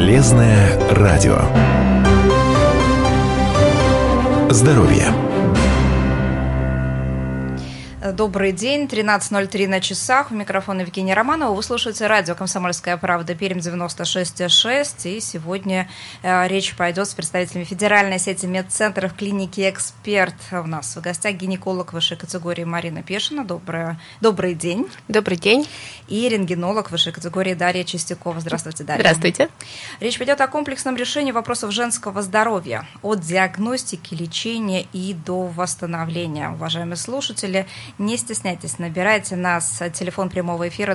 Полезное радио. Здоровье. Добрый день, 13:03 на часах. У микрофона Евгения Романова. Вы слушаете радио «Комсомольская правда», Пермь 96,6. И сегодня речь пойдет с представителями федеральной сети медцентров клиники «Эксперт». У нас в гостях гинеколог высшей категории Марина Пешина. Добрый день. Добрый день. И рентгенолог высшей категории Дарья Чистякова. Здравствуйте, Дарья. Здравствуйте. Речь пойдет о комплексном решении вопросов женского здоровья. От диагностики, лечения и до восстановления. Уважаемые слушатели, не стесняйтесь, набирайте нас. Телефон прямого эфира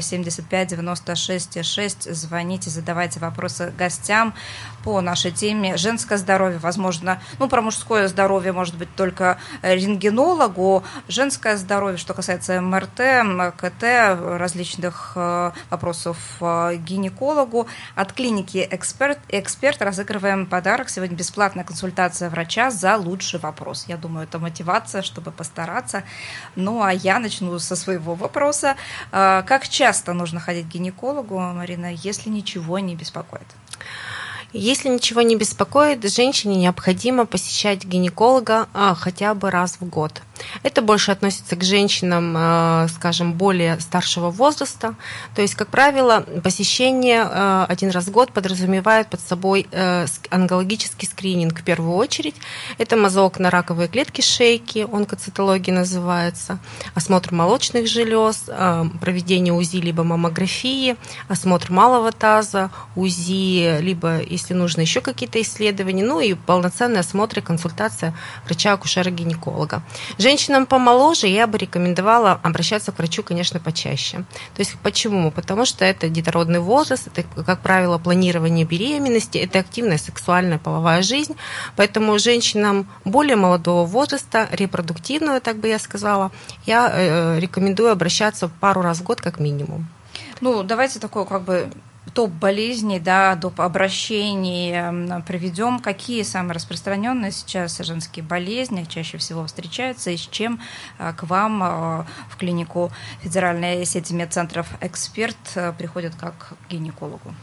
2075-96-6. Звоните, задавайте вопросы гостям по нашей теме. Женское здоровье, возможно, про мужское здоровье может быть только рентгенологу. Женское здоровье, что касается МРТ, КТ, различных вопросов гинекологу. От клиники «Эксперт» разыгрываем подарок. Сегодня бесплатная консультация врача за лучший вопрос. Я думаю, это мотивация, чтобы постараться. Ну, а я начну со своего вопроса. Как часто нужно ходить к гинекологу, Марина, если ничего не беспокоит? Если ничего не беспокоит, женщине необходимо посещать гинеколога хотя бы раз в год. Это больше относится к женщинам, скажем, более старшего возраста. То есть, как правило, посещение один раз в год подразумевает под собой онкологический скрининг в первую очередь. Это мазок на раковые клетки шейки, онкоцитология называется, осмотр молочных желез, проведение УЗИ либо маммографии, осмотр малого таза, УЗИ, либо, если нужно, еще какие-то исследования, ну и полноценный осмотр и консультация врача-акушера-гинеколога. Женщинам помоложе я бы рекомендовала обращаться к врачу, конечно, почаще. То есть почему? Потому что это детородный возраст, это, как правило, планирование беременности, это активная сексуальная половая жизнь. Поэтому женщинам более молодого возраста, репродуктивного, так бы я сказала, я рекомендую обращаться пару раз в год как минимум. Давайте такое топ болезней, доп обращений приведем. Какие самые распространенные сейчас женские болезни чаще всего встречаются и с чем к вам в клинику федеральной сети медцентров «Эксперт» приходят как к гинекологу?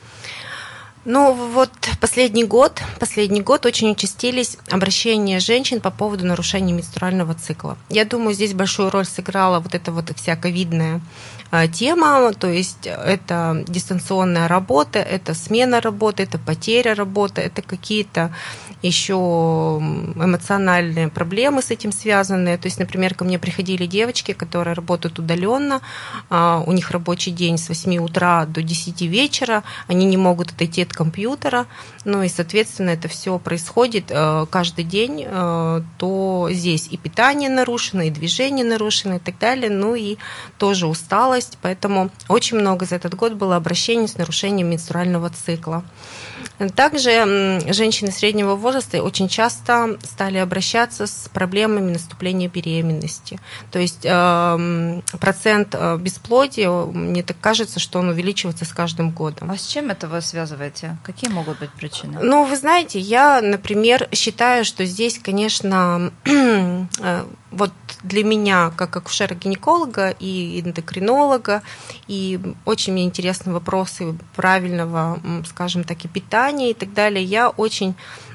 Последний год очень участились обращения женщин по поводу нарушения менструального цикла. Я думаю, здесь большую роль сыграла эта вся ковидная тема, то есть это дистанционная работа, это смена работы, это потеря работы, это какие-то еще эмоциональные проблемы с этим связанные. То есть, например, ко мне приходили девочки, которые работают удаленно, у них рабочий день с 8 утра до 10 вечера, они не могут отойти от компьютера, и, соответственно, это все происходит каждый день, то здесь и питание нарушено, и движение нарушено, и так далее, и тоже усталость, поэтому очень много за этот год было обращений с нарушением менструального цикла. Также женщины среднего возраста очень часто стали обращаться с проблемами наступления беременности. То есть процент бесплодия, мне так кажется, что он увеличивается с каждым годом. А с чем это вы связываете? Какие могут быть причины? Вы знаете, я, например, считаю, что здесь, конечно, для меня, как акушера-гинеколога и эндокринолога, и очень мне интересны вопросы правильного, скажем так, и питания и так далее, я очень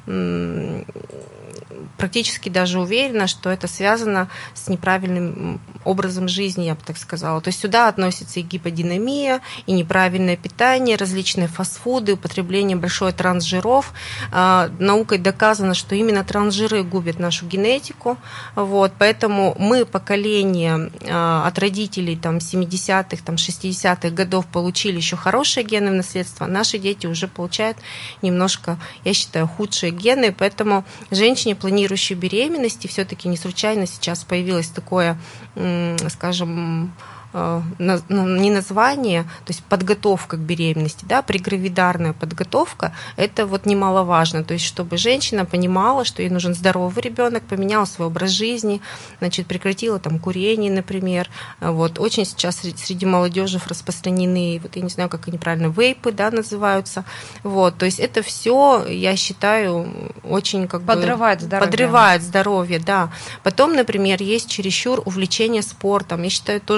практически даже уверена, что это связано с неправильным образом жизни, я бы так сказала. То есть сюда относится и гиподинамия, и неправильное питание, различные фастфуды, употребление большой трансжиров. Наукой доказано, что именно трансжиры губят нашу генетику. Поэтому мы, поколение от родителей 70-х, 60-х годов, получили еще хорошие гены в наследство, а наши дети уже получают немножко, я считаю, худшие гены. Поэтому женщине, планирующей беременности, все-таки не случайно сейчас появилось такое, скажем, не название, то есть подготовка к беременности, прегравидарная подготовка, это немаловажно, то есть чтобы женщина понимала, что ей нужен здоровый ребенок, поменяла свой образ жизни, прекратила курение, например. Очень сейчас среди молодежи распространены, я не знаю, как они правильно, вейпы, называются. То есть это все, я считаю, очень подрывает здоровье. Подрывает здоровье, да. Потом, например, есть чересчур увлечение спортом. Я считаю, тоже здесь все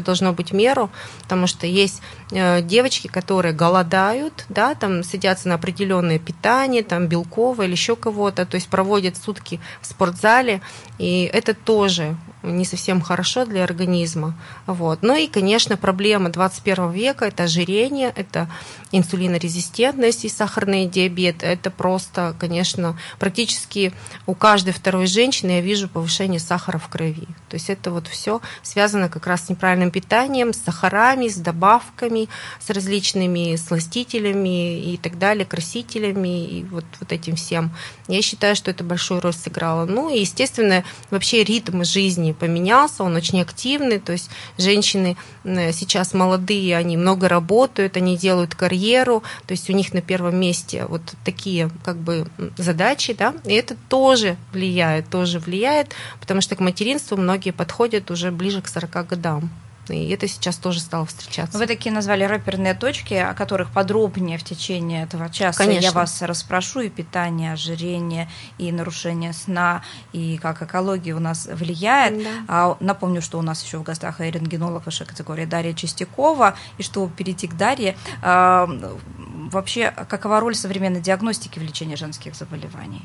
все должно быть в меру, потому что есть девочки, которые голодают, да, там садятся на определенное питание, там белковое или еще кого-то, то есть проводят сутки в спортзале, и это тоже не совсем хорошо для организма. Вот. Ну и, конечно, проблема 21 века – это ожирение, это инсулинорезистентность и сахарный диабет. Это просто, конечно, практически у каждой второй женщины я вижу повышение сахара в крови. То есть это вот все связано как раз с неправильным питанием, с сахарами, с добавками, с различными сластителями и так далее, красителями и вот этим всем. Я считаю, что это большую роль сыграло. Ну и, естественно, вообще ритм жизни поменялся, он очень активный, то есть женщины сейчас молодые, они много работают, они делают карьеру, то есть у них на первом месте вот такие как бы задачи, да, и это тоже влияет, потому что к материнству многие подходят уже ближе к 40 годам. И это сейчас тоже стало встречаться. Вы такие назвали рэперные точки, о которых подробнее в течение этого часа. Конечно. Я вас расспрошу, и питание, ожирение, и нарушение сна, и как экология у нас влияет. Да. Напомню, что у нас еще в гостях рентгенолог высшей категории Дарья Чистякова. И чтобы перейти к Дарье, вообще, какова роль современной диагностики в лечении женских заболеваний?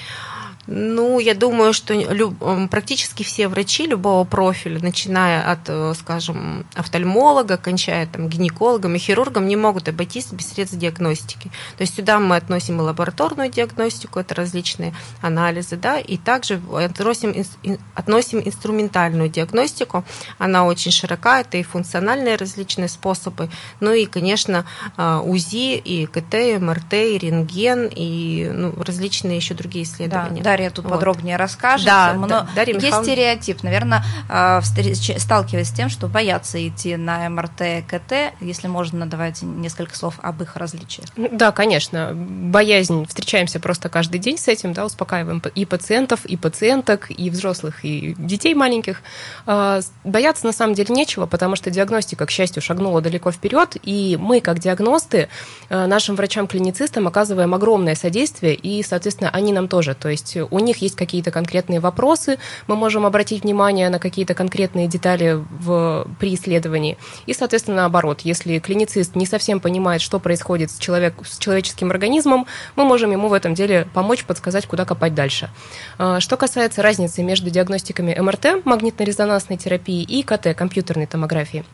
Ну, я думаю, что практически все врачи любого профиля, начиная от, скажем, офтальмолога, кончая там, гинекологом и хирургом, не могут обойтись без средств диагностики. То есть сюда мы относим и лабораторную диагностику, это различные анализы, да, и также относим инструментальную диагностику. Она очень широка, это и функциональные различные способы, ну и, конечно, УЗИ, и КТ, и МРТ, и рентген, и различные еще другие исследования. Да. Дарья тут подробнее расскажет. Дарья есть стереотип, наверное, сталкиваясь с тем, что боятся идти на МРТ, КТ. Если можно, давайте несколько слов об их различиях. Да, конечно. Боязнь, встречаемся просто каждый день с этим, да, успокаиваем и пациентов, и пациенток, и взрослых, и детей маленьких. Бояться на самом деле нечего, потому что диагностика, к счастью, шагнула далеко вперед, и мы, как диагносты, нашим врачам-клиницистам оказываем огромное содействие, и, соответственно, они нам тоже. То есть у них есть какие-то конкретные вопросы, мы можем обратить внимание на какие-то конкретные детали при исследовании. И, соответственно, наоборот, если клиницист не совсем понимает, что происходит с человеческим организмом, мы можем ему в этом деле помочь, подсказать, куда копать дальше. Что касается разницы между диагностиками МРТ, магнитно-резонансной терапии, и КТ, компьютерной томографии.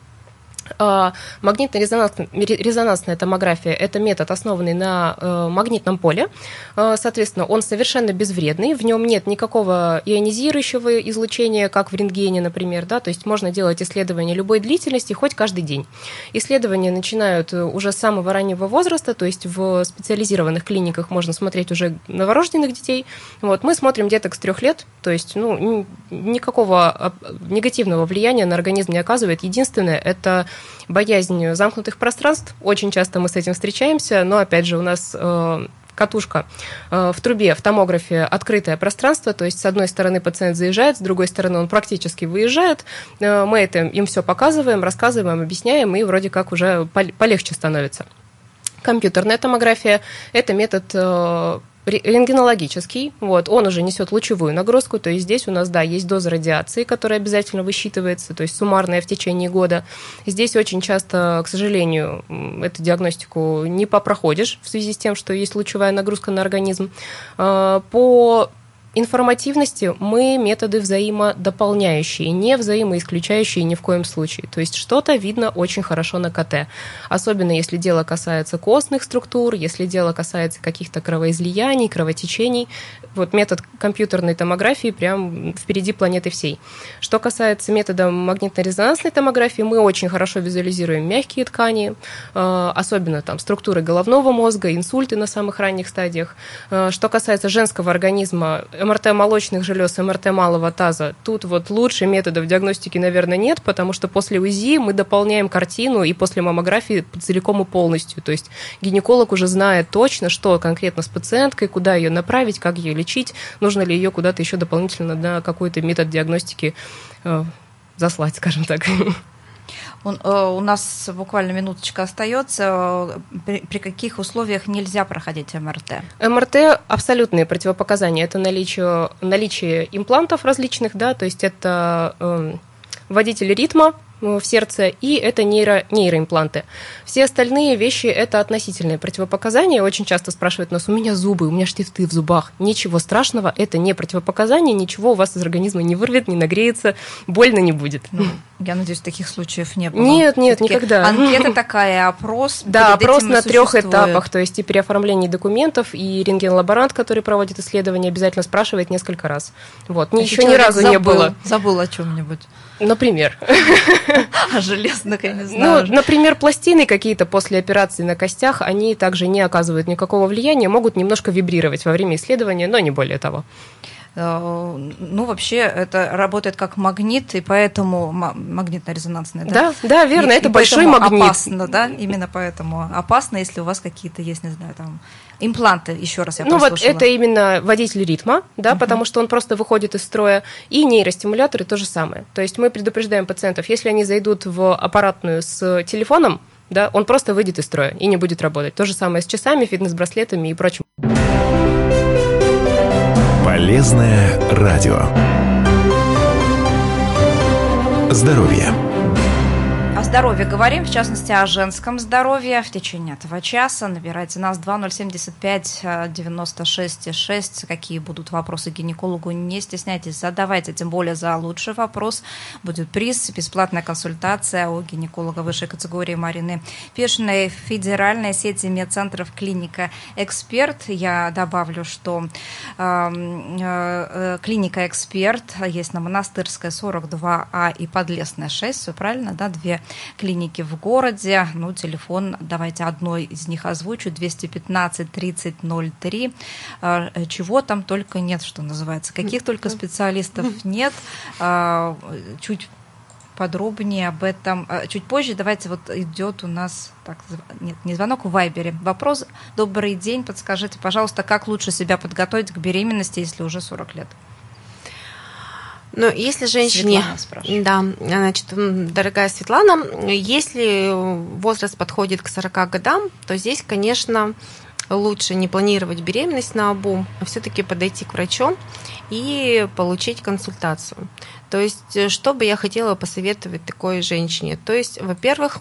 Магнитно-резонансная томография – это метод, основанный на магнитном поле. Соответственно, он совершенно безвредный, в нем нет никакого ионизирующего излучения, как в рентгене, например. Да? То есть можно делать исследования любой длительности хоть каждый день. Исследования начинают уже с самого раннего возраста, то есть в специализированных клиниках можно смотреть уже новорожденных детей. Вот. Мы смотрим деток с 3 лет, то есть никакого негативного влияния на организм не оказывает. Единственное – это боязнь замкнутых пространств. Очень часто мы с этим встречаемся, но, опять же, у нас катушка в трубе, в томографе открытое пространство, то есть с одной стороны пациент заезжает, с другой стороны он практически выезжает. Мы это им все показываем, рассказываем, объясняем, и вроде как уже полегче становится. Компьютерная томография – это метод рентгенологический, вот, он уже несет лучевую нагрузку, то есть здесь у нас, да, есть доза радиации, которая обязательно высчитывается, то есть суммарная в течение года. Здесь очень часто, к сожалению, эту диагностику не попроходишь в связи с тем, что есть лучевая нагрузка на организм. По информативности мы методы взаимодополняющие, не взаимоисключающие ни в коем случае. То есть что-то видно очень хорошо на КТ. Особенно если дело касается костных структур, если дело касается каких-то кровоизлияний, кровотечений. Вот метод компьютерной томографии прям впереди планеты всей. Что касается метода магнитно-резонансной томографии, мы очень хорошо визуализируем мягкие ткани, особенно там структуры головного мозга, инсульты на самых ранних стадиях. Что касается женского организма, МРТ молочных желез, МРТ малого таза. Тут вот лучше методов диагностики, наверное, нет, потому что после УЗИ мы дополняем картину и после маммографии целиком и полностью. То есть гинеколог уже знает точно, что конкретно с пациенткой, куда ее направить, как ее лечить, нужно ли ее куда-то еще дополнительно на какой-то метод диагностики заслать, скажем так. У нас буквально минуточка остается. При каких условиях нельзя проходить МРТ? МРТ – абсолютные противопоказания. Это наличие имплантов различных, да, то есть это водитель ритма, в сердце, и это нейроимпланты. Все остальные вещи – это относительные противопоказания. Очень часто спрашивают нас: у меня зубы, у меня штифты в зубах. Ничего страшного, это не противопоказание, ничего у вас из организма не вырвет, не нагреется, больно не будет. Я надеюсь, таких случаев не было. Нет, никогда. Анкета такая, опрос. Да, опрос на 3 этапах, то есть и при оформлении документов, и рентген-лаборант, который проводит исследование, обязательно спрашивает несколько раз. Вот, еще ни разу не было. Забыл о чем-нибудь. Например. А железных, я не знаю. Ну, например, пластины какие-то после операции на костях, они также не оказывают никакого влияния, могут немножко вибрировать во время исследования, но не более того. Ну, вообще, это работает как магнит, и поэтому магнитно-резонансный, да? Да, верно, это большой магнит. Опасно, да, именно поэтому опасно, если у вас какие-то есть, не знаю, там, импланты, еще раз я прослушала. Вот это именно водитель ритма, да, потому что он просто выходит из строя, и нейростимуляторы то же самое. То есть мы предупреждаем пациентов, если они зайдут в аппаратную с телефоном, да, он просто выйдет из строя и не будет работать. То же самое с часами, фитнес-браслетами и прочим. Полезное радио. Здоровье. О здоровье говорим, в частности, о женском здоровье. В течение этого часа набирайте нас 2075-96-6. Какие будут вопросы к гинекологу, не стесняйтесь, задавайте, тем более за лучший вопрос будет приз, бесплатная консультация у гинеколога высшей категории Марины Пешиной, федеральной сети медцентров «Клиника Эксперт». Я добавлю, что «Клиника Эксперт» есть на Монастырская, 42А и Подлесная, 6. Все правильно, да? 2 клиники в городе. Ну, телефон, давайте одной из них озвучу, 215-30-03. Чего там только нет, что называется. Каких только специалистов нет. Чуть подробнее об этом чуть позже. Давайте, вот идет у нас, так, нет, не звонок, в Вайбере. Вопрос: добрый день, подскажите, пожалуйста, как лучше себя подготовить к беременности, если уже 40 лет? Но если женщине, да, значит, дорогая Светлана, если возраст подходит к 40 годам, то здесь, конечно, лучше не планировать беременность наобум, а все-таки подойти к врачу и получить консультацию. То есть, что бы я хотела посоветовать такой женщине? То есть, во-первых,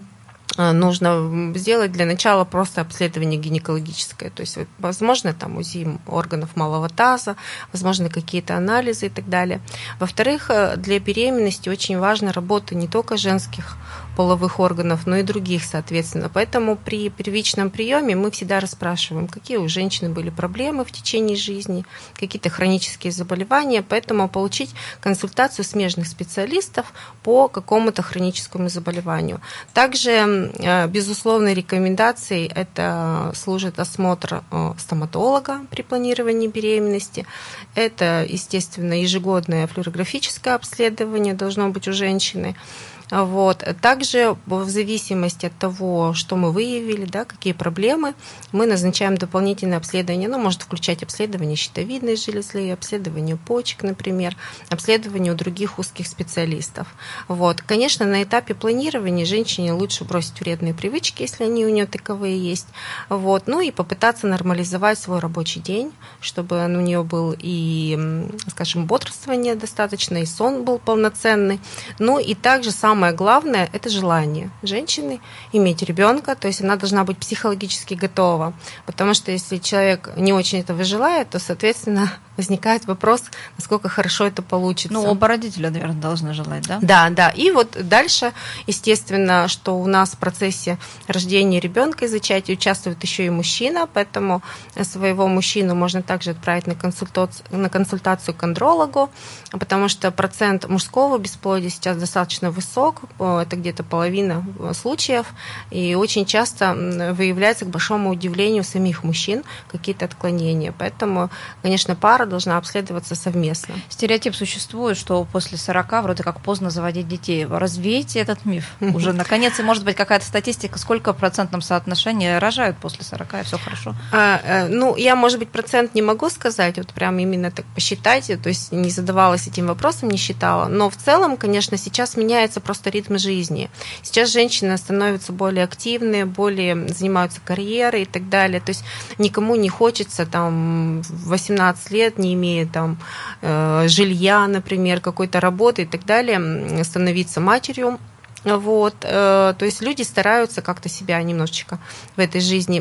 нужно сделать для начала просто обследование гинекологическое, то есть, возможно, там УЗИ органов малого таза, возможно, какие-то анализы и так далее. Во-вторых, для беременности очень важна работа не только женских половых органов, но и других, соответственно. Поэтому при первичном приеме мы всегда расспрашиваем, какие у женщины были проблемы в течение жизни, какие-то хронические заболевания, поэтому получить консультацию смежных специалистов по какому-то хроническому заболеванию. Также безусловной рекомендацией это служит осмотр стоматолога при планировании беременности. Это, естественно, ежегодное флюорографическое обследование должно быть у женщины. Вот. Также в зависимости от того, что мы выявили, да, какие проблемы, мы назначаем дополнительное обследование. Оно может включать обследование щитовидной железы, обследование почек, например, обследование у других узких специалистов. Вот. Конечно, на этапе планирования женщине лучше бросить вредные привычки, если они у нее таковые есть. Вот. Ну и попытаться нормализовать свой рабочий день, чтобы у нее был и, скажем, бодрствование достаточно, и сон был полноценный. Ну и также самое главное – это желание женщины иметь ребенка, то есть она должна быть психологически готова, потому что если человек не очень этого желает, то, соответственно, возникает вопрос, насколько хорошо это получится. Ну, оба родителя, наверное, должны желать, да? Да, да. И вот дальше, естественно, что у нас в процессе рождения ребенка и зачатия участвует еще и мужчина, поэтому своего мужчину можно также отправить на консультацию к андрологу, потому что процент мужского бесплодия сейчас достаточно высок, это где-то половина случаев, и очень часто выявляется, к большому удивлению самих мужчин, какие-то отклонения. Поэтому, конечно, пара должна обследоваться совместно. Стереотип существует, что после 40 вроде как поздно заводить детей. Развейте этот миф уже наконец, и может быть какая-то статистика, сколько в процентном соотношении рожают после 40, и все хорошо? Ну, я, может быть, процент не могу сказать, вот прям именно так посчитать, то есть не задавалась этим вопросом, не считала, но в целом, конечно, сейчас меняется просто ритм жизни. Сейчас женщины становятся более активные, более занимаются карьерой и так далее, то есть никому не хочется там в 18 лет лет, не имея там жилья, например, какой-то работы и так далее, становиться матерью. Вот, то есть люди стараются как-то себя немножечко в этой жизни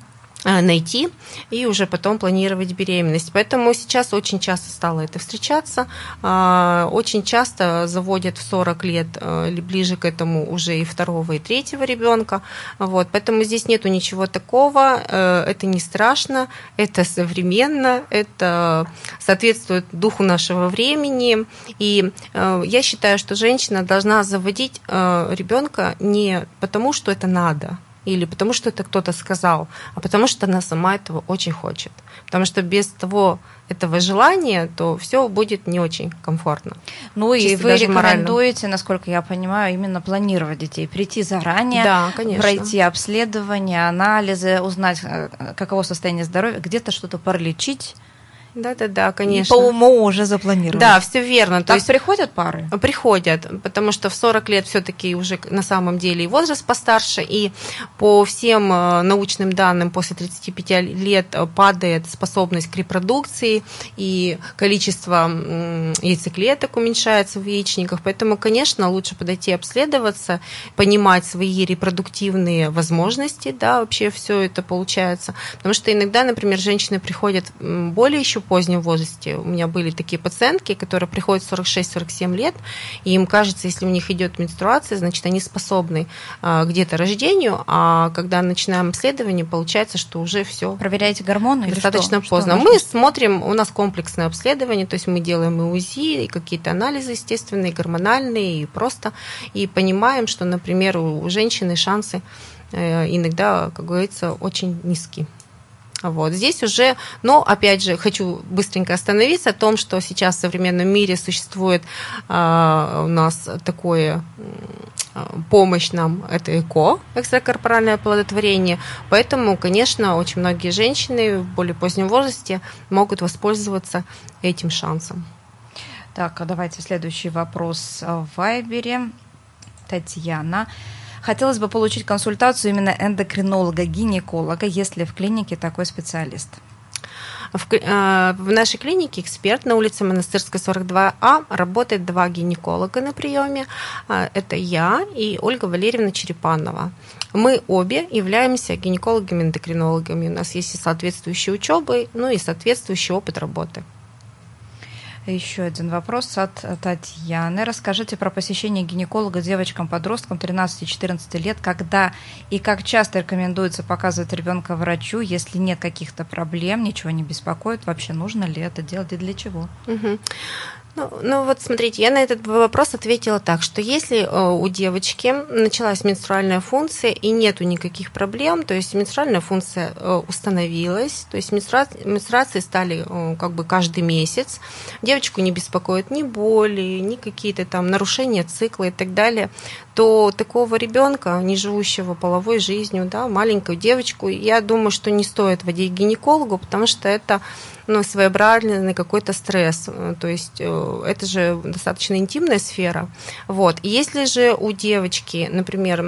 найти и уже потом планировать беременность. Поэтому сейчас очень часто стало это встречаться. Очень часто заводят в 40 лет или ближе к этому уже и второго, и третьего ребенка. Вот. Поэтому здесь нету ничего такого. Это не страшно, это современно, это соответствует духу нашего времени. И я считаю, что женщина должна заводить ребенка не потому, что это надо, или потому что это кто-то сказал, а потому что она сама этого очень хочет. Потому что без этого желания, то все будет не очень комфортно. Ну и чисто вы даже рекомендуете, морально. Насколько я понимаю, именно планировать детей, прийти заранее, да, конечно. пройти обследование, анализы, узнать, каково состояние здоровья, где-то что-то пролечить. Да, конечно. И по уму уже запланировать. Да, все верно. То есть приходят пары? Приходят, потому что в 40 лет все-таки уже на самом деле и возраст постарше, и по всем научным данным после 35 лет падает способность к репродукции, и количество яйцеклеток уменьшается в яичниках. Поэтому, конечно, лучше подойти обследоваться, понимать свои репродуктивные возможности, да, вообще все это получается. Потому что иногда, например, женщины приходят более еще позднем возрасте. У меня были такие пациентки, которые приходят в 46-47 лет, и им кажется, если у них идет менструация, значит, они способны где-то рождению, а когда начинаем обследование, получается, что уже все. Проверяете гормоны? Достаточно поздно. Мы смотрим, у нас комплексное обследование, то есть мы делаем и УЗИ, и какие-то анализы, естественные, гормональные, и просто, и понимаем, что, например, у женщины шансы иногда, как говорится, очень низкие. Вот. Здесь уже, но опять же, хочу быстренько остановиться о том, что сейчас в современном мире существует у нас такое помощь нам, это ЭКО, экстракорпоральное оплодотворение, поэтому, конечно, очень многие женщины в более позднем возрасте могут воспользоваться этим шансом. Так, давайте следующий вопрос в Вайбере. Татьяна. Хотелось бы получить консультацию именно эндокринолога-гинеколога, есть ли в клинике такой специалист? В нашей клинике эксперт на улице Монастырская, 42А, работает 2 гинеколога на приеме. Это я и Ольга Валерьевна Черепанова. Мы обе являемся гинекологами-эндокринологами. У нас есть и соответствующие учебы, ну и соответствующий опыт работы. Еще один вопрос от Татьяны. Расскажите про посещение гинеколога девочкам-подросткам 13-14 лет, когда и как часто рекомендуется показывать ребенка врачу, если нет каких-то проблем, ничего не беспокоит, вообще нужно ли это делать и для чего? Угу. Ну вот смотрите, я на этот вопрос ответила так, что если у девочки началась менструальная функция и нету никаких проблем, то есть менструальная функция установилась, то есть менструации стали как бы каждый месяц, девочку не беспокоит ни боли, ни какие-то там нарушения цикла и так далее, то такого ребенка, не живущего половой жизнью, да, маленькую девочку, я думаю, что не стоит водить к гинекологу, потому что это своеобразный какой-то стресс, то есть это же достаточно интимная сфера. Вот. И если же у девочки, например,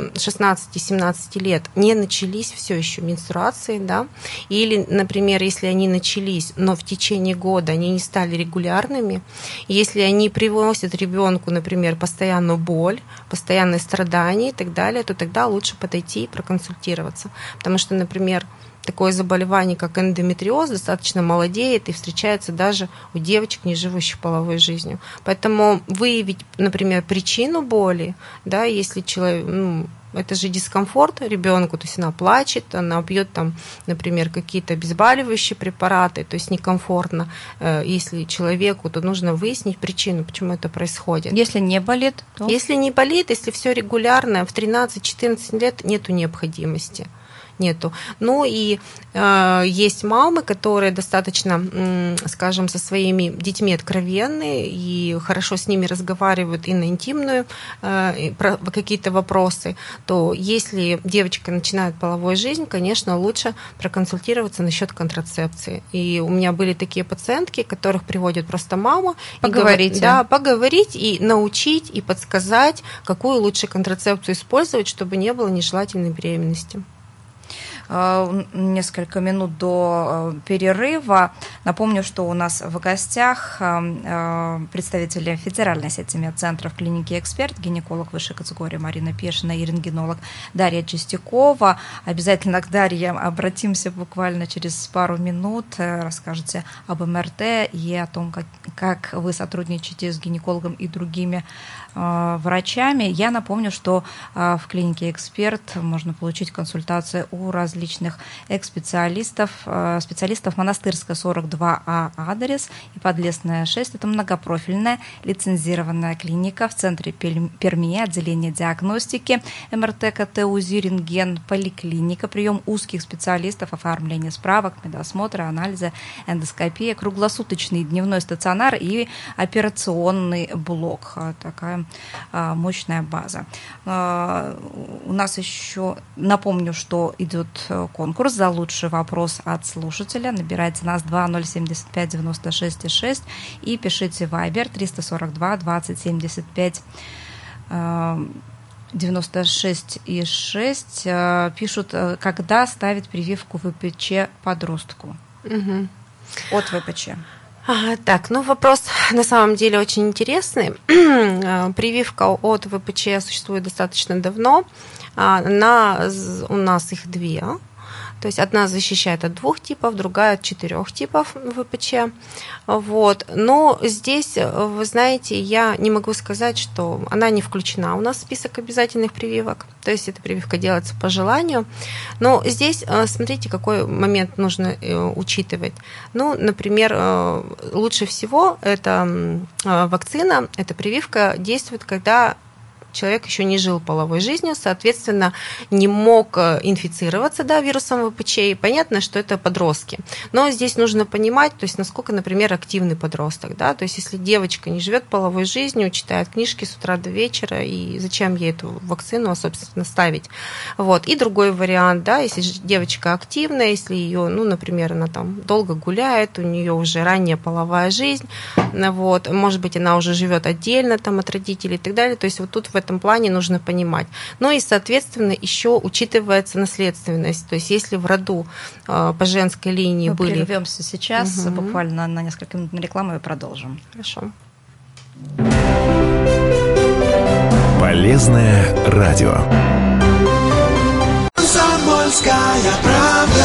16-17 лет не начались все еще менструации, да, или, например, если они начались, но в течение года они не стали регулярными, если они привносят ребенку, например, постоянную боль, постоянные страдания и так далее, то тогда лучше подойти и проконсультироваться. Потому что, например, такое заболевание, как эндометриоз, достаточно молодеет и встречается даже у девочек, не живущих половой жизнью. Поэтому выявить, например, причину боли, да, если человек, это же дискомфорт ребенку, то есть она плачет, она пьет там, например, какие-то обезболивающие препараты, то есть некомфортно. Если человеку, то нужно выяснить причину, почему это происходит. Если не болит, то? Если не болит, если все регулярно, в 13-14 лет нету необходимости. Нету. Ну и есть мамы, которые достаточно, скажем, со своими детьми откровенны и хорошо с ними разговаривают и на интимную про какие-то вопросы, то если девочка начинает половую жизнь, конечно, лучше проконсультироваться насчет контрацепции. И у меня были такие пациентки, которых приводит просто мама. Поговорить. Да, поговорить и научить, и подсказать, какую лучше контрацепцию использовать, чтобы не было нежелательной беременности. несколько минут до перерыва. Напомню, что у нас в гостях представители федеральной сети медцентров клиники «Эксперт», гинеколог высшей категории Марина Пешина и рентгенолог Дарья Чистякова. Обязательно к Дарье обратимся буквально через пару минут. Расскажете об МРТ и о том, как вы сотрудничаете с гинекологом и другими врачами. Я напомню, что в клинике «Эксперт» можно получить консультации у различных специалистов Монастырская, 42А адрес и Подлесная, 6. Это многопрофильная лицензированная клиника в центре Перми, отделение диагностики, МРТ, КТ, УЗИ, рентген, поликлиника, прием узких специалистов, оформление справок, медосмотры, анализы, эндоскопия, круглосуточный дневной стационар и операционный блок. Такая мощная база. У нас еще, напомню, что идет конкурс за лучший вопрос от слушателя. Набирайте нас 2075 96 6 и пишите Viber 342 20 75 96 и 6. Пишут, когда ставить прививку ВПЧ подростку. От ВПЧ. Так, вопрос на самом деле очень интересный. Прививка от ВПЧ существует достаточно давно. У нас их две. То есть одна защищает от 2 типов, другая от 4 типов ВПЧ. Но здесь, вы знаете, я не могу сказать, что она не включена у нас в список обязательных прививок. То есть эта прививка делается по желанию. Но здесь, смотрите, какой момент нужно учитывать. Например, лучше всего эта вакцина, эта прививка действует, когда человек еще не жил половой жизнью, соответственно, не мог инфицироваться вирусом ВПЧ. И понятно, что это подростки. Но здесь нужно понимать, то есть, насколько, например, активный подросток. То есть, если девочка не живет половой жизнью, читает книжки с утра до вечера, и зачем ей эту вакцину, собственно, ставить. И другой вариант, если девочка активная, если ее, например, она там долго гуляет, у нее уже ранняя половая жизнь, может быть, она уже живет отдельно от родителей и так далее. То есть, тут в этом плане нужно понимать. И, соответственно, еще учитывается наследственность. То есть, если в роду по женской линии были... Мы прервемся сейчас, буквально на несколько минут на рекламу и продолжим. Хорошо. Полезное радио. Комсомольская правда.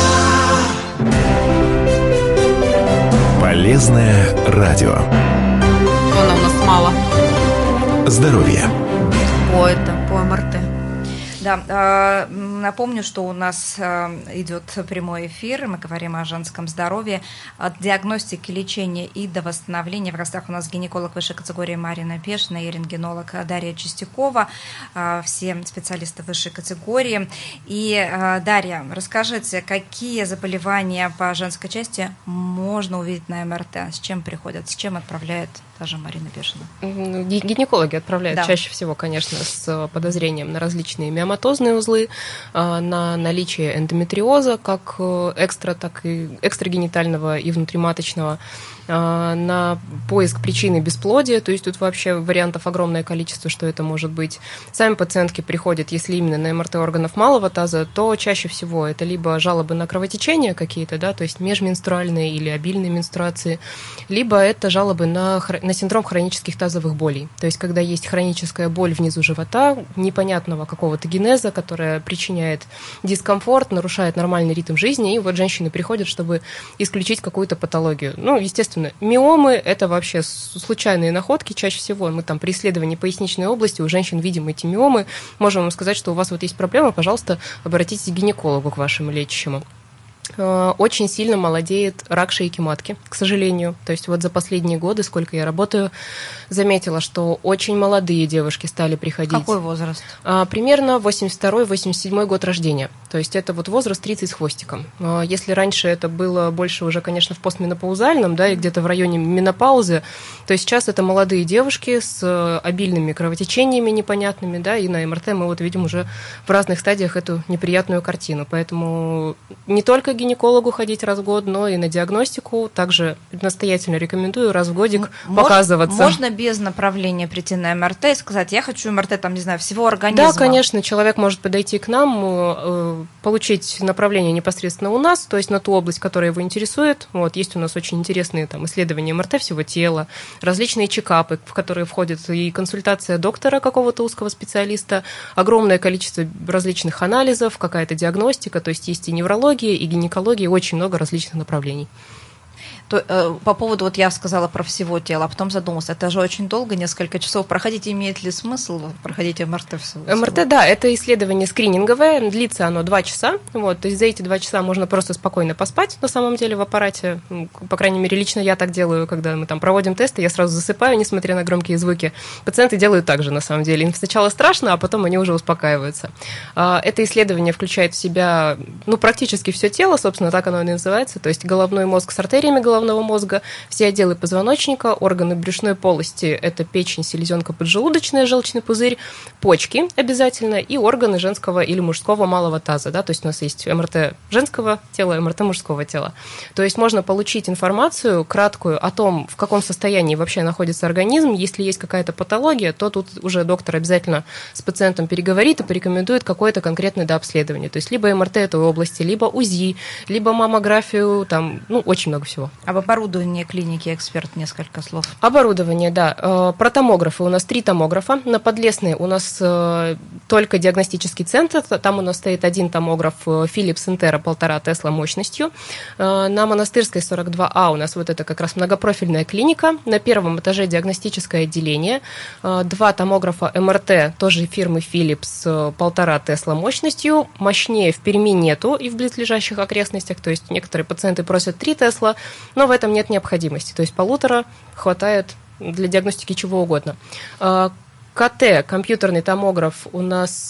Полезное радио. Она у нас мало. Здоровье. По МРТ. Да, напомню, что у нас идет прямой эфир, мы говорим о женском здоровье, от диагностики, лечения и до восстановления. В гостях у нас гинеколог высшей категории Марина Пешина и рентгенолог Дарья Чистякова, все специалисты высшей категории. И, Дарья, расскажите, какие заболевания по женской части можно увидеть на МРТ, с чем приходят, с чем отправляет та же Марина Пешина? Гинекологи отправляют чаще всего, конечно, с подозрением на различные миоматозные узлы, на наличие эндометриоза, как экстра, так и экстрагенитального и внутриматочного, на поиск причины бесплодия, то есть тут вообще вариантов огромное количество, что это может быть. Сами пациентки приходят, если именно на МРТ органов малого таза, то чаще всего это либо жалобы на кровотечения какие-то, то есть межменструальные или обильные менструации, либо это жалобы на синдром хронических тазовых болей, то есть когда есть хроническая боль внизу живота, непонятного какого-то генеза, которая причиняет дискомфорт, нарушает нормальный ритм жизни, и женщины приходят, чтобы исключить какую-то патологию. Естественно, миомы – это вообще случайные находки. Чаще всего мы при исследовании поясничной области у женщин видим эти миомы. Можем вам сказать, что у вас есть проблема, пожалуйста, обратитесь к гинекологу, к вашему лечащему. Очень сильно молодеет рак шейки матки, к сожалению. То есть за последние годы, сколько я работаю, заметила, что очень молодые девушки стали приходить. Какой возраст? Примерно 82-87 год рождения. То есть это возраст 30 с хвостиком. Если раньше это было больше уже, конечно, в постменопаузальном, и где-то в районе менопаузы, то сейчас это молодые девушки с обильными кровотечениями непонятными, и на МРТ мы видим уже в разных стадиях эту неприятную картину. Поэтому не только гинекологу ходить раз в год, но и на диагностику. Также настоятельно рекомендую раз в годик показываться. Можно без направления прийти на МРТ и сказать, я хочу МРТ, там, не знаю, всего организма? Да, конечно, человек может подойти к нам, получить направление непосредственно у нас, то есть на ту область, которая его интересует. Вот, есть у нас очень интересные там исследования МРТ всего тела, различные чекапы, в которые входит и консультация доктора какого-то узкого специалиста, огромное количество различных анализов, какая-то диагностика, то есть есть и неврология, и гинекология, очень много различных направлений. По поводу, вот я сказала про всего тела, а потом задумалась, это же очень долго, несколько часов проходить, имеет ли смысл проходить МРТ всего? МРТ, да, это исследование скрининговое, длится оно 2 часа, вот, то есть за эти 2 часа можно просто спокойно поспать, на самом деле, в аппарате, по крайней мере, лично я так делаю, когда мы там проводим тесты, я сразу засыпаю, несмотря на громкие звуки. Пациенты делают так же, на самом деле, им сначала страшно, а потом они уже успокаиваются. Это исследование включает в себя, практически все тело, собственно, так оно и называется, то есть головной мозг с артериями головного мозга, все отделы позвоночника, органы брюшной полости, это печень, селезенка поджелудочная, желчный пузырь, почки обязательно и органы женского или мужского малого таза, да, то есть у нас есть МРТ женского тела, МРТ мужского тела. То есть можно получить информацию краткую о том, в каком состоянии вообще находится организм, если есть какая-то патология, то тут уже доктор обязательно с пациентом переговорит и порекомендует какое-то конкретное дообследование, то есть либо МРТ этой области, либо УЗИ, либо маммографию, там, очень много всего. Об оборудовании клиники «Эксперт» несколько слов. Оборудование, да. Про томографы. У нас 3 томографа. На Подлесной у нас только диагностический центр. Там у нас стоит 1 томограф Philips Intera 1,5 Тесла мощностью. На Монастырской 42А у нас вот это как раз многопрофильная клиника. На 1-м этаже диагностическое отделение. 2 томографа МРТ, тоже фирмы Philips, 1,5 Тесла мощностью. Мощнее в Перми нету и в близлежащих окрестностях. То есть некоторые пациенты просят 3 Тесла, но в этом нет необходимости. То есть 1,5 хватает для диагностики чего угодно. КТ, компьютерный томограф у нас...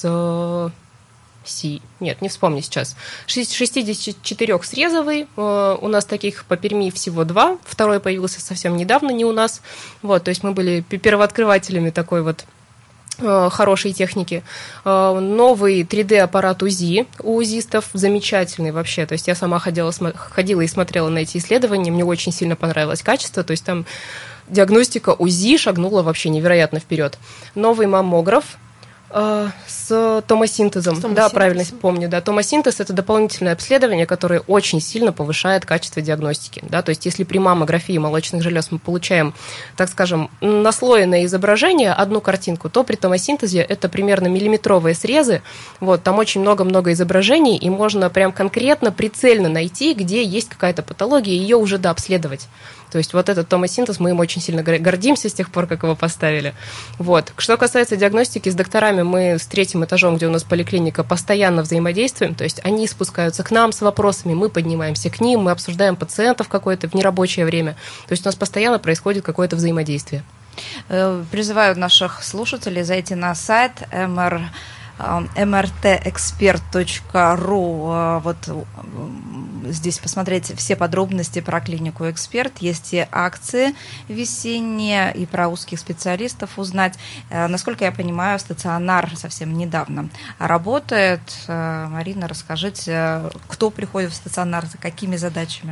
не вспомню сейчас. 64-срезовый. У нас таких по Перми всего 2. Второй появился совсем недавно, не у нас. Вот, то есть мы были первооткрывателями такой вот хорошей техники. Новый 3D-аппарат УЗИ у УЗИстов замечательный вообще. То есть я сама ходила и смотрела на эти исследования, мне очень сильно понравилось качество, то есть там диагностика УЗИ шагнула вообще невероятно вперед. Новый маммограф с томосинтезом. Да, правильно помню. Да. Томосинтез – это дополнительное обследование, которое очень сильно повышает качество диагностики. Да. То есть если при маммографии молочных желез мы получаем, так скажем, наслоенное изображение, одну картинку, то при томосинтезе это примерно миллиметровые срезы. Вот, там очень много-много изображений, и можно прям конкретно, прицельно найти, где есть какая-то патология, и ее уже дообследовать. То есть вот этот томосинтез, мы им очень сильно гордимся с тех пор, как его поставили. Вот. Что касается диагностики, с докторами мы с 3-м этажом, где у нас поликлиника, постоянно взаимодействуем. То есть они спускаются к нам с вопросами, мы поднимаемся к ним, мы обсуждаем пациентов какое-то в нерабочее время. То есть у нас постоянно происходит какое-то взаимодействие. Призываю наших слушателей зайти на сайт mrtexpert.ru. Вот здесь посмотреть все подробности про клинику «Эксперт». Есть и акции весенние, и про узких специалистов узнать. Насколько я понимаю, стационар совсем недавно работает. Марина, расскажите, кто приходит в стационар, за какими задачами?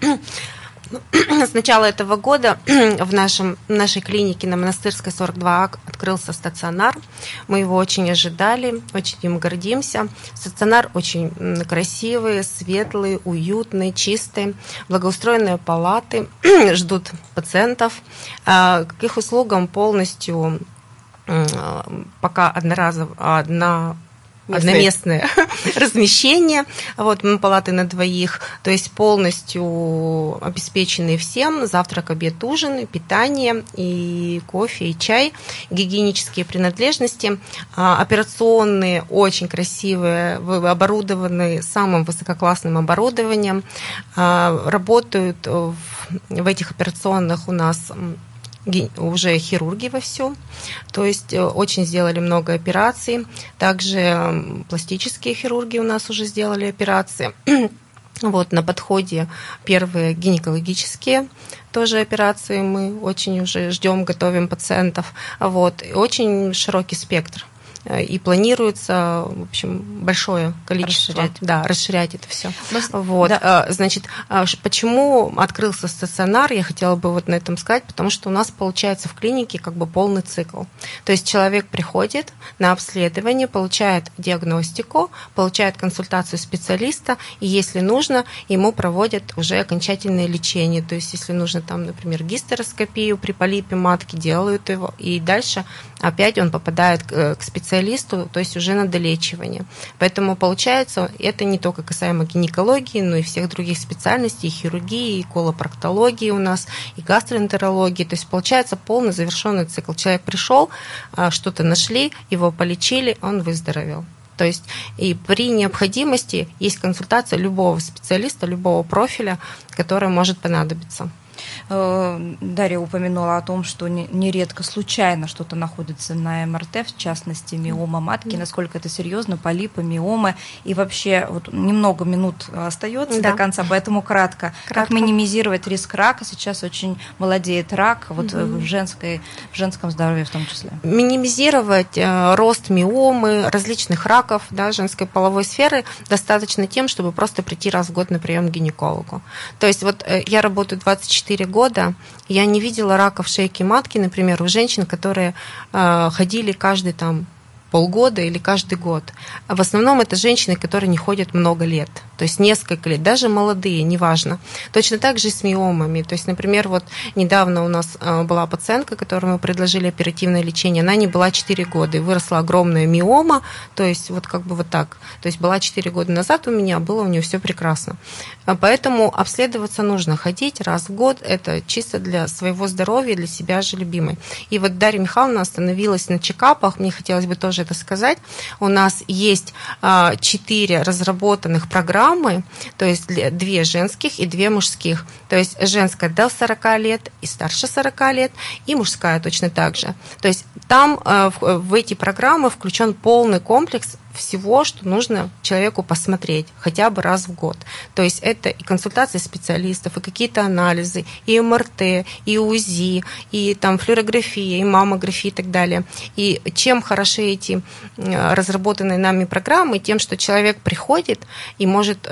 С начала этого года в нашей клинике на Монастырской 42А открылся стационар. Мы его очень ожидали, очень им гордимся. Стационар очень красивый, светлый, уютный, чистый. Благоустроенные палаты ждут пациентов. К их услугам полностью пока одноместное размещение, палаты на 2, то есть полностью обеспечены всем: завтрак, обед, ужин, питание, и кофе, и чай, гигиенические принадлежности. Операционные очень красивые, оборудованы самым высококлассным оборудованием. Работают в этих операционных у нас уже хирурги вовсю, то есть очень сделали много операций. Также пластические хирурги у нас уже сделали операции. На подходе первые гинекологические тоже операции. Мы очень уже ждем, готовим пациентов. Очень широкий спектр. и планируется, в общем, большое количество. Расширять это все. Вот. Да. Значит, почему открылся стационар, я хотела бы вот на этом сказать, потому что у нас получается в клинике как бы полный цикл. То есть человек приходит на обследование, получает диагностику, получает консультацию специалиста, и если нужно, ему проводят уже окончательное лечение. То есть если нужно там, например, гистероскопию при полипе матки, делают его, и дальше опять он попадает к специалисту, то есть уже на долечивание. Поэтому получается, это не только касаемо гинекологии, но и всех других специальностей, и хирургии, и колопроктологии у нас, и гастроэнтерологии. То есть получается полный завершенный цикл. Человек пришел, что-то нашли, его полечили, он выздоровел. То есть и при необходимости есть консультация любого специалиста, любого профиля, который может понадобиться. Дарья упомянула о том, что нередко случайно что-то находится на МРТ, в частности, миома матки, насколько это серьезно, полипы, миомы, и вообще вот немного минут остается до конца, поэтому кратко. Как минимизировать риск рака? Сейчас очень молодеет рак, вот в женском здоровье в том числе. Минимизировать рост миомы, различных раков, женской половой сферы достаточно тем, чтобы просто прийти раз в год на прием к гинекологу. То есть вот я работаю 24 года, я не видела раков шейки матки, например, у женщин, которые ходили каждый полгода или каждый год. В основном это женщины, которые не ходят много лет, то есть несколько лет, даже молодые, неважно. Точно так же и с миомами. То есть, например, вот недавно у нас была пациентка, которой мы предложили оперативное лечение, она не была 4 года, и выросла огромная миома, то есть вот как бы вот так. То есть была 4 года назад у меня, было у нее все прекрасно. Поэтому обследоваться нужно, ходить раз в год, это чисто для своего здоровья, для себя же любимой. И вот Дарья Михайловна остановилась на чекапах, мне хотелось бы тоже это сказать. У нас есть 4 разработанных программы, то есть 2 женских и 2 мужских. То есть женская до 40 лет и старше 40 лет, и мужская точно так же. То есть там в эти программы включен полный комплекс всего, что нужно человеку посмотреть хотя бы раз в год. То есть это и консультации специалистов, и какие-то анализы, и МРТ, и УЗИ, и там флюорография, и маммография и так далее. И чем хороши эти разработанные нами программы, тем, что человек приходит и может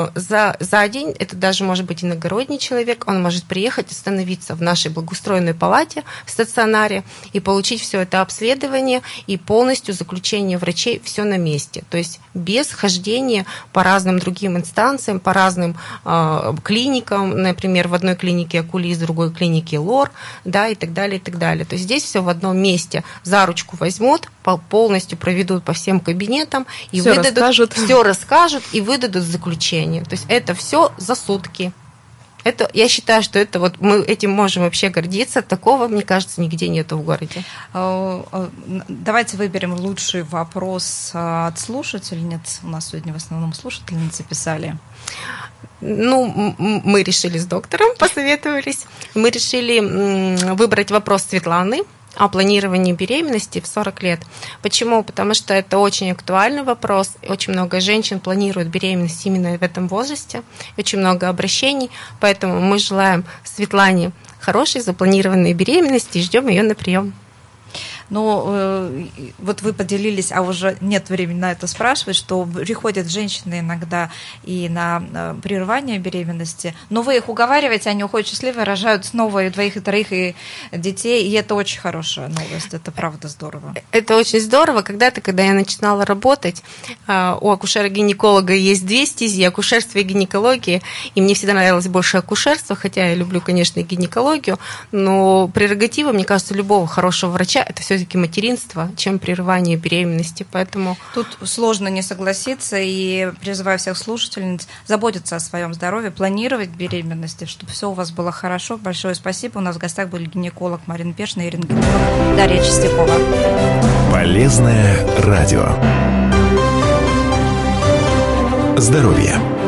за день, это даже может быть иногородний человек, он может приехать, остановиться в нашей благоустроенной палате в стационаре и получить все это обследование и полностью заключение врачей, все на месте. То есть без хождения по разным другим инстанциям, по разным клиникам, например, в одной клинике Акулис, в другой клинике Лор, и так далее, и так далее. То есть здесь все в одном месте. За ручку возьмут, полностью проведут по всем кабинетам и все расскажут и выдадут заключение. То есть это все за сутки. Это, я считаю, что это вот мы этим можем вообще гордиться. Такого, мне кажется, нигде нету в городе. Давайте выберем лучший вопрос от слушательниц. У нас сегодня в основном слушательницы писали. Мы решили с доктором, посоветовались. Мы решили выбрать вопрос Светланы о планировании беременности в 40 лет. Почему? Потому что это очень актуальный вопрос. Очень много женщин планируют беременность именно в этом возрасте. Очень много обращений. Поэтому мы желаем Светлане хорошей запланированной беременности и ждем ее на прием. Но вот вы поделились, а уже нет времени на это спрашивать, что приходят женщины иногда и на прерывание беременности, но вы их уговариваете, они уходят счастливые, рожают снова и 2, и 3, и детей, и это очень хорошая новость, это правда здорово. Это очень здорово. Когда-то, когда я начинала работать, у акушера-гинеколога есть 2 стези, акушерство и гинекология, и мне всегда нравилось больше акушерство, хотя я люблю, конечно, и гинекологию, но прерогатива, мне кажется, любого хорошего врача – это все-таки материнство, чем прерывание беременности, поэтому… Тут сложно не согласиться, и призываю всех слушательниц заботиться о своем здоровье, планировать беременности, чтобы все у вас было хорошо. Большое спасибо. У нас в гостях были гинеколог Марина Пешина и рентгенолог Дарья Чистякова. Полезное радио. Здоровье.